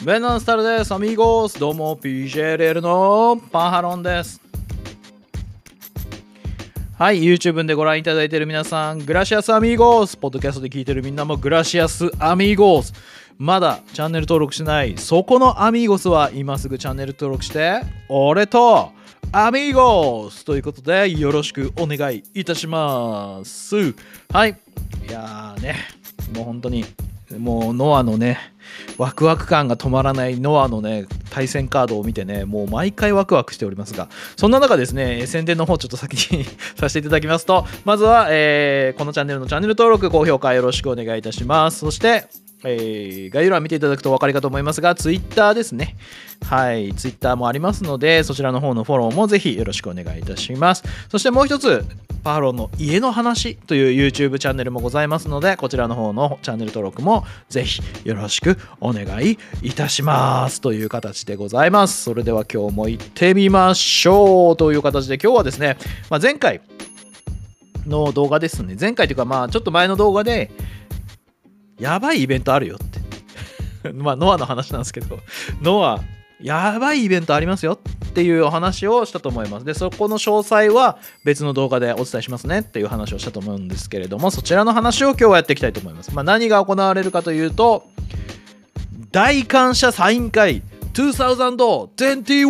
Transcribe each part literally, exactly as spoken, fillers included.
ベナンスタルです。アミーゴス。どうも ピージェーエルエル のパンハロンです。はい、YouTube でご覧いただいている皆さん、グラシアスアミーゴス。ポッドキャストで聞いているみんなもグラシアスアミーゴス。まだチャンネル登録してないそこのアミーゴスは今すぐチャンネル登録して、俺とアミーゴスということでよろしくお願いいたします。はい、いやーね、もう本当にもうノアのねワクワク感が止まらないノアのね対戦カードを見てね、もう毎回ワクワクしておりますが、そんな中ですね、宣伝の方ちょっと先にさせていただきますと、まずは、えー、このチャンネルのチャンネル登録高評価よろしくお願いいたします。そしてえー、概要欄見ていただくとお分かりかと思いますが、Twitter ですね。はい、Twitter もありますので、そちらの方のフォローもぜひよろしくお願いいたします。そしてもう一つ、パーロンの家の話という YouTube チャンネルもございますので、こちらの方のチャンネル登録もぜひよろしくお願いいたしますという形でございます。それでは今日も行ってみましょうという形で、今日はですね、まあ、前回の動画ですね、前回というかまあちょっと前の動画でやばいイベントあるよってまあノアの話なんですけど、ノアやばいイベントありますよっていうお話をしたと思います。でそこの詳細は別の動画でお伝えしますねっていう話をしたと思うんですけれども、そちらの話を今日はやっていきたいと思います。まあ、何が行われるかというと、大感謝サイン会にせんにじゅういち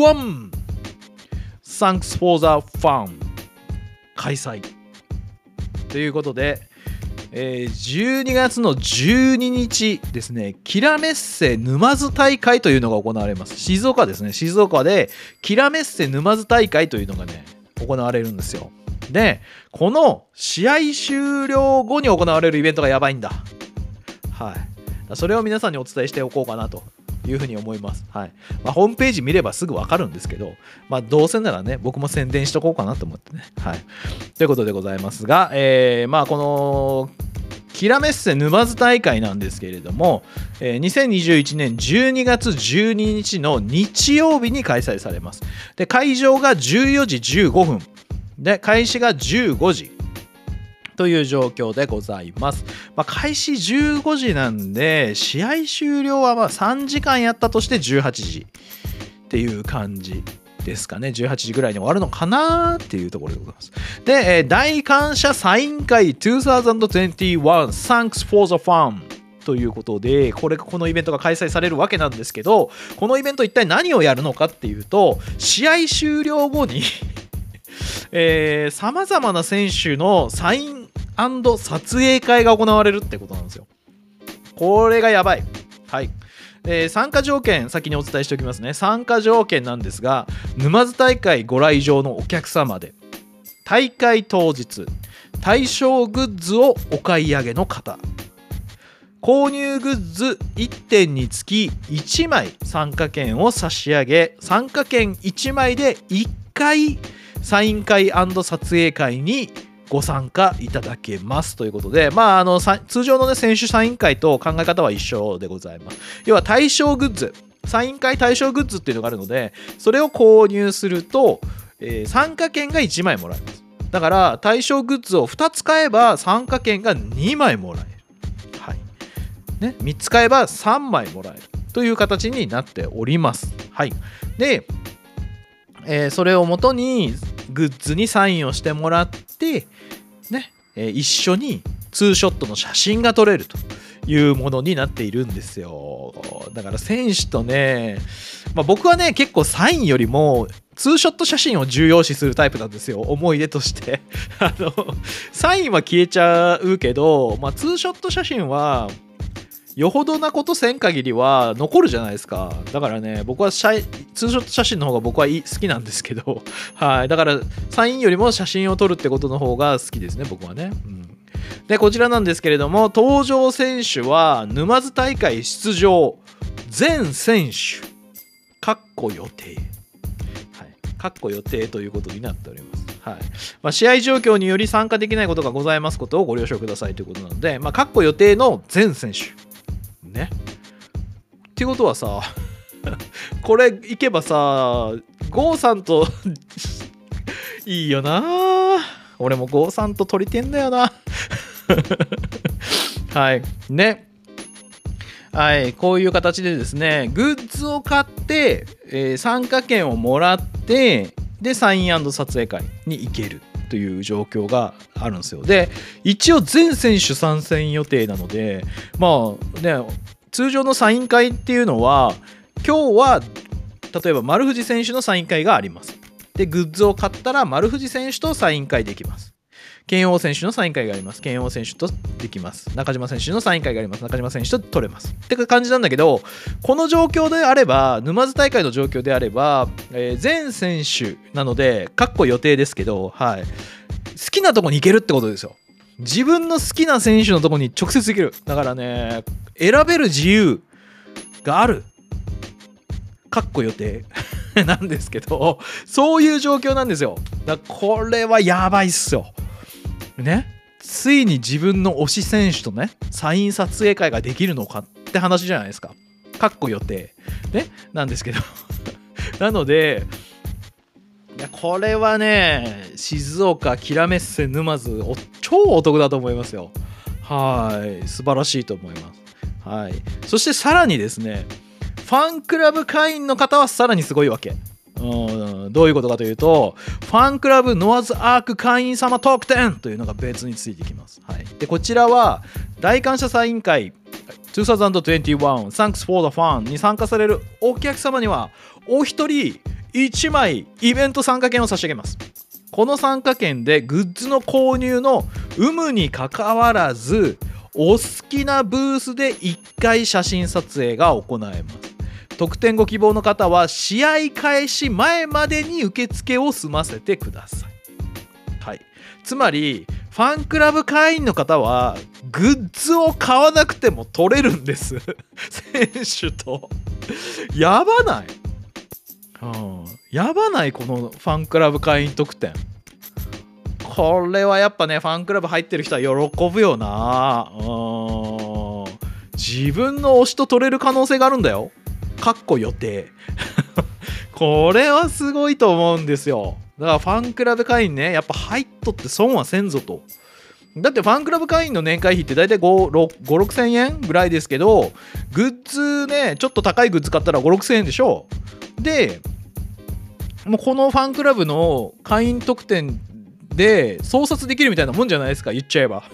Thanks for the fun 開催ということで、えー、じゅうにがつのじゅうににちですね、キラメッセ沼津大会というのが行われます。静岡ですね、静岡でキラメッセ沼津大会というのがね行われるんですよ。でこの試合終了後に行われるイベントがやばいんだ。はい、それを皆さんにお伝えしておこうかなというふうに思います。はい、まあ、ホームページ見ればすぐ分かるんですけど、まあ、どうせならね僕も宣伝しとこうかなと思ってね。はい、ということでございますが、えー、まあこのキラメッセ沼津大会なんですけれども、えー、にせんにじゅういちねんじゅうにがつじゅうににちの日曜日に開催されます。で会場がじゅうよじじゅうごふんで開始がじゅうごじという状況でございます。まあ、開始じゅうごじなんで試合終了はまあさんじかんやったとしてじゅうはちじっていう感じですかね。じゅうはちじぐらいに終わるのかなっていうところでございます。で、えー、大感謝サイン会にせんにじゅういち Thanks for the fun ということで、これこのイベントが開催されるわけなんですけど、このイベント一体何をやるのかっていうと、試合終了後にえー、様々な選手のサイン&撮影会が行われるってことなんですよ。これがやばい。はい。えー、参加条件先にお伝えしておきますね。参加条件なんですが、沼津大会ご来場のお客様で大会当日対象グッズをお買い上げの方、購入グッズいってんにつきいちまい参加券を差し上げ、参加券いちまいでいっかいサイン会&撮影会にご参加いただけますということで、まあ、あの通常の、ね、選手サイン会と考え方は一緒でございます。要は対象グッズ、サイン会対象グッズっていうのがあるので、それを購入すると、えー、参加券がいちまいもらえます。だから対象グッズをふたつ買えば参加券がにまいもらえる、はいね、みっつ買えばさんまいもらえるという形になっております。はい、で、えー、それをもとにグッズにサインをしてもらってね、えー、一緒にツーショットの写真が撮れるというものになっているんですよ。だから選手とね、まあ、僕はね結構サインよりもツーショット写真を重要視するタイプなんですよ、思い出としてあのサインは消えちゃうけど、まあ、ツーショット写真はよほどなことせん限りは残るじゃないですか。だからね、僕はシャイツーショット写真の方が僕はいい好きなんですけど、はい、だからサインよりも写真を撮るってことの方が好きですね、僕はね。うん、でこちらなんですけれども、登場選手は沼津大会出場全選手かっこ予定、はい、かっこ予定ということになっております。はい、まあ、試合状況により参加できないことがございますことをご了承くださいということなので、まあ、かっこ予定の全選手ね。っていうことはさこれいけばさゴーさんといいよな。俺もゴーさんと撮りてんだよなはいね。 はい、こういう形でですね、グッズを買って、えー参加券をもらって、で、サイン&撮影会に行けるという状況があるんですよ。で、一応全選手参戦予定なので、まあね、通常のサイン会っていうのは、今日は例えば丸藤選手のサイン会があります。で、グッズを買ったら丸藤選手とサイン会できます。剣王選手のサイン会があります。剣王選手とできます。中島選手のサイン会があります。中島選手と取れます。って感じなんだけど、この状況であれば、沼津大会の状況であれば、えー全選手なので、かっこ予定ですけど、はい、好きなとこに行けるってことですよ。自分の好きな選手のとこに直接行ける。だからね、選べる自由がある。かっこ予定なんですけど、そういう状況なんですよ。だからこれはやばいっすよ。ね、ついに自分の推し選手とね、サイン撮影会ができるのかって話じゃないですか。かっこ予定ね、なんですけどなので、いやこれはね、静岡キラメッセ沼津お超お得だと思いますよ。はい、素晴らしいと思います。はい、そしてさらにですね、ファンクラブ会員の方はさらにすごいわけ。うん、どういうことかというと、ファンクラブノアズアーク会員様特典というのが別についてきます。はい、でこちらは大感謝サイン会にせんにじゅういち Thanks for the Fun に参加されるお客様にはお一人いちまいイベント参加券を差し上げます。この参加券でグッズの購入の有無にかかわらず、お好きなブースでいっかい写真撮影が行えます。特典ご希望の方は試合開始前までに受付を済ませてください。はい、つまりファンクラブ会員の方はグッズを買わなくても取れるんです選手とやばない、うん、やばないこのファンクラブ会員特典。これはやっぱね、ファンクラブ入ってる人は喜ぶよな。うん、自分の推しと取れる可能性があるんだよ。かっこ予定これはすごいと思うんですよ。だからファンクラブ会員ね、やっぱ入っとって損はせんぞと。だってファンクラブ会員の年会費って大体ご、ろくせんえんぐらいですけど、グッズね、ちょっと高いグッズ買ったらご、ろくせんえんでしょ。でもうこのファンクラブの会員特典で創撮できるみたいなもんじゃないですか、言っちゃえば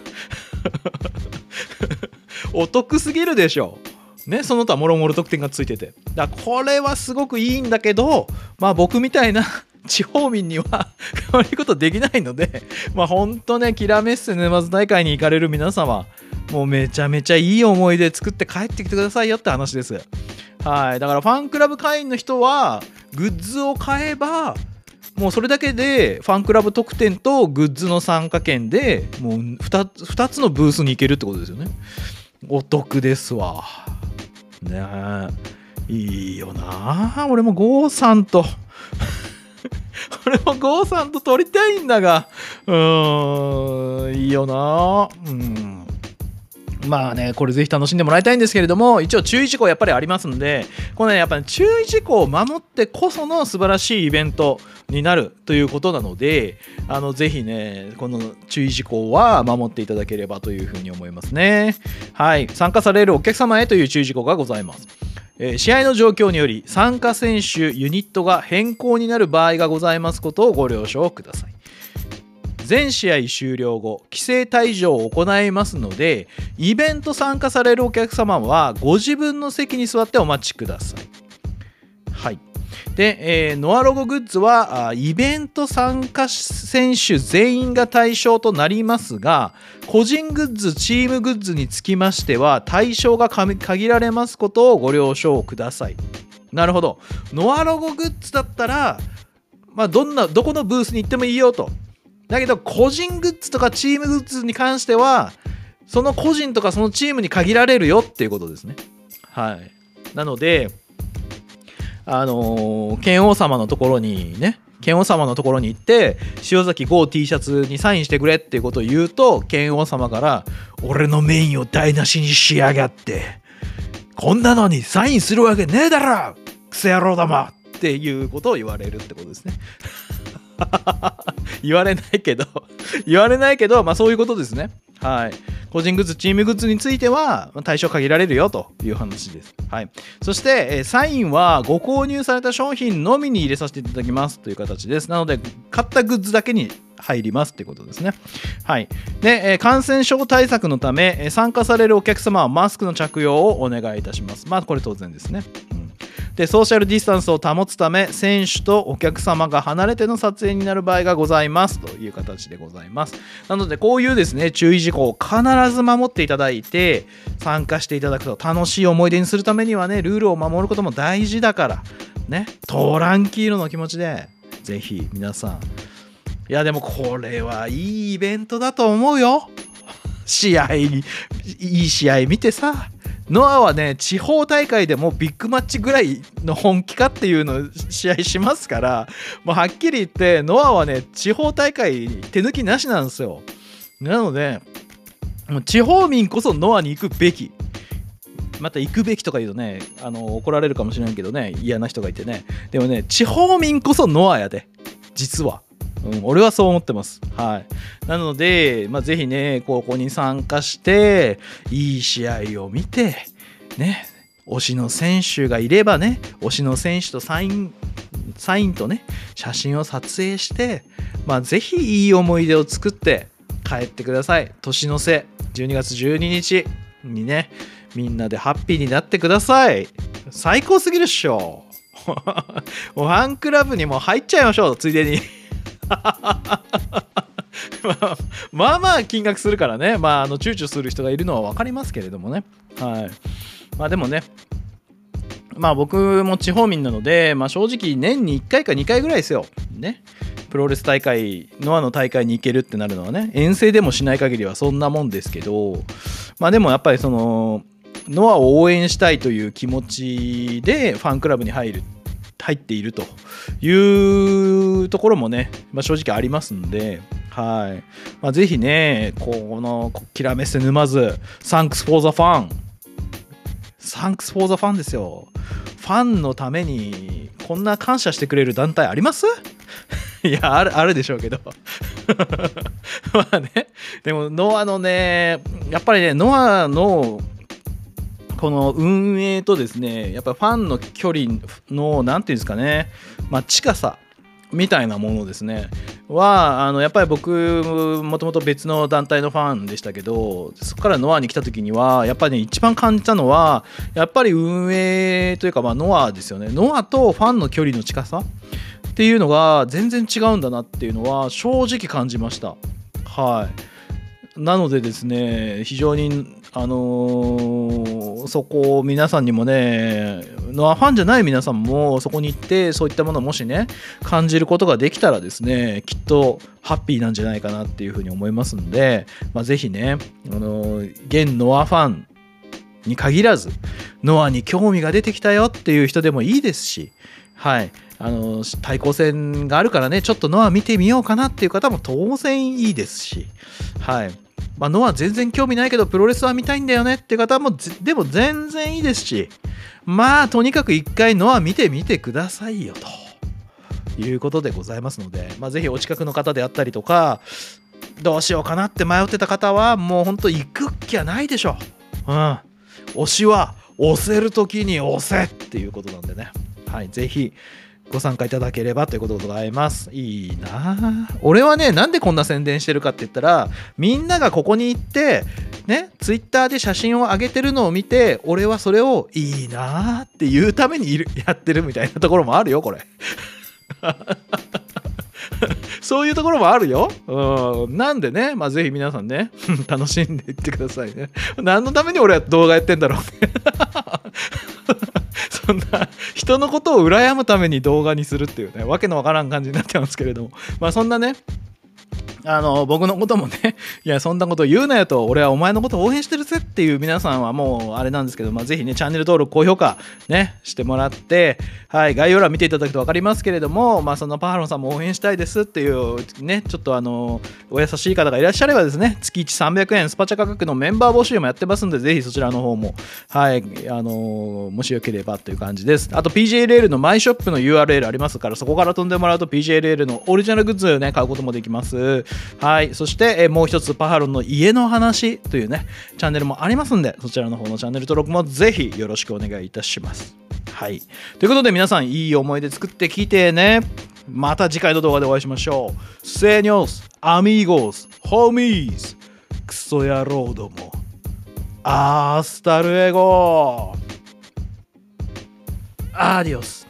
お得すぎるでしょね、その他もろもろ特典がついてて、だからこれはすごくいいんだけど、まあ僕みたいな地方民にはこういうことできないので、まあほんとね、キラメッセ沼津大会に行かれる皆様、もうめちゃめちゃいい思い出作って帰ってきてくださいよって話です。はい、だからファンクラブ会員の人はグッズを買えば、もうそれだけでファンクラブ特典とグッズの参加券でもう 2, ふたつのブースに行けるってことですよね。お得ですわね。えいいよな。俺もゴーさんと俺もゴーさんと撮りたいんだが、うーん、いいよな。うん、まあね、これぜひ楽しんでもらいたいんですけれども、一応注意事項やっぱりありますんで、このね、やっぱり注意事項を守ってこその素晴らしいイベントになるということなので、あのぜひね、この注意事項は守っていただければというふうに思いますね。はい、参加されるお客様へという注意事項がございます。えー、試合の状況により参加選手ユニットが変更になる場合がございますことをご了承ください。全試合終了後、規制退場を行いますので、イベント参加されるお客様はご自分の席に座ってお待ちください。はい。で、えー、ノアロゴグッズはイベント参加選手全員が対象となりますが、個人グッズ、チームグッズにつきましては対象が限られますことをご了承ください。なるほど。ノアロゴグッズだったら、まあ、どんなどこのブースに行ってもいいよと。だけど個人グッズとかチームグッズに関してはその個人とかそのチームに限られるよっていうことですね。はい。なのであのー、剣王様のところにね、剣王様のところに行って塩崎豪 T シャツにサインしてくれっていうことを言うと、剣王様から俺のメインを台無しにしやがってこんなのにサインするわけねえだろクソ野郎だまっていうことを言われるってことですね言われないけど言われないけどまあそういうことですね。 はい、個人グッズ、チームグッズについては対象限られるよという話です。はい、そして、えー、サインはご購入された商品のみに入れさせていただきますという形です。なので、買ったグッズだけに入りますということですね。はい、で、えー、感染症対策のため、えー、参加されるお客様はマスクの着用をお願いいたします。まあ、これ当然ですね。うんでソーシャルディスタンスを保つため選手とお客様が離れての撮影になる場合がございますという形でございます。なのでこういうですね注意事項を必ず守っていただいて参加していただくと楽しい思い出にするためにはねルールを守ることも大事だからねトランキーロの気持ちでぜひ皆さんいやでもこれはいいイベントだと思うよ。試合にいい試合見てさノアはね地方大会でもビッグマッチぐらいの本気かっていうのを試合しますからもうはっきり言ってノアはね地方大会手抜きなしなんですよ。なのでもう地方民こそノアに行くべきまた行くべきとか言うとねあの怒られるかもしれないけどね嫌な人がいてねでもね地方民こそノアやで実は。うん、俺はそう思ってます。はい。なので、まあ、ぜひね、ここに参加して、いい試合を見て、ね、推しの選手がいればね、推しの選手とサイン、サインとね、写真を撮影して、まあ、ぜひいい思い出を作って帰ってください。年の瀬、じゅうにがつじゅうににちにね、みんなでハッピーになってください。最高すぎるっしょ。ファンクラブにも入っちゃいましょう、ついでに。まあ、まあまあ金額するからね、まあ、あの躊躇する人がいるのは分かりますけれどもね、はいまあ、でもね、まあ、僕も地方民なので、まあ、正直年にいっかいかにかいぐらいですよ、ね、プロレス大会ノアの大会に行けるってなるのはね遠征でもしない限りはそんなもんですけど、まあ、でもやっぱりそのノアを応援したいという気持ちでファンクラブに入る入っているというところもね、まあ、正直ありますんで、はいまあ、ぜひねこのキラメッセ沼津サンクスフォーザファンサンクスフォーザファンですよ。ファンのためにこんな感謝してくれる団体ありますいやあるあるでしょうけどまあねでもノアのねやっぱりねノアのこの運営とですねやっぱファンの距離のなんていうんですかね、まあ、近さみたいなものですねはあのやっぱり僕もともと別の団体のファンでしたけどそこからノアに来た時にはやっぱりね一番感じたのはやっぱり運営というかまあノアですよね。ノアとファンの距離の近さっていうのが全然違うんだなっていうのは正直感じました。はいなのでですね非常にあのー、そこを皆さんにもねノアファンじゃない皆さんもそこに行ってそういったものをもしね感じることができたらですねきっとハッピーなんじゃないかなっていうふうに思いますんで、まあ、ぜひね、あのー、現ノアファンに限らずノアに興味が出てきたよっていう人でもいいですしはいあのー、対抗戦があるからねちょっとノア見てみようかなっていう方も当然いいですしはいまあ、ノア全然興味ないけどプロレスは見たいんだよねって方もでも全然いいですしまあとにかく一回ノア見てみてくださいよということでございますので、まあ、ぜひお近くの方であったりとかどうしようかなって迷ってた方はもうほんと行くっきゃないでしょ。うん、推しは押せる時に押せっていうことなんでね、はい、ぜひご参加いただければということでございます。いいな俺はねなんでこんな宣伝してるかって言ったらみんながここに行ってねツイッターで写真を上げてるのを見て俺はそれをいいなっていうためにいるやってるみたいなところもあるよこれそういうところもあるよ。うんなんでね、まあ、ぜひ皆さんね楽しんでいってくださいね。何のために俺は動画やってんだろうねそんな人のことを羨むために動画にするっていうねわけのわからん感じになってますけれども、まあそんなねあの僕のこともねいやそんなこと言うなよと俺はお前のことを応援してるぜっていう皆さんはもうあれなんですけど、まあ、ぜひねチャンネル登録高評価ねしてもらってはい概要欄見ていただくと分かりますけれども、まあそのパハロンさんも応援したいですっていうねちょっとあのお優しい方がいらっしゃればですね月いちさんびゃくえんスパチャ価格のメンバー募集もやってますんでぜひそちらの方もはいあのもしよければという感じです。あと ピージェーエルエル のマイショップの ユーアールエル ありますからそこから飛んでもらうと ピージェーエルエル のオリジナルグッズね買うこともできます。 はい。そして、えーもう一つ、パハロンの家の話というね、チャンネルもありますんで、そちらの方のチャンネル登録もぜひよろしくお願いいたします。はい。ということで皆さん、いい思い出作ってきてね。また次回の動画でお会いしましょう。セニョス、アミーゴス、ホーミーズ、クソ野郎ども。アースタルエゴ。アディオス。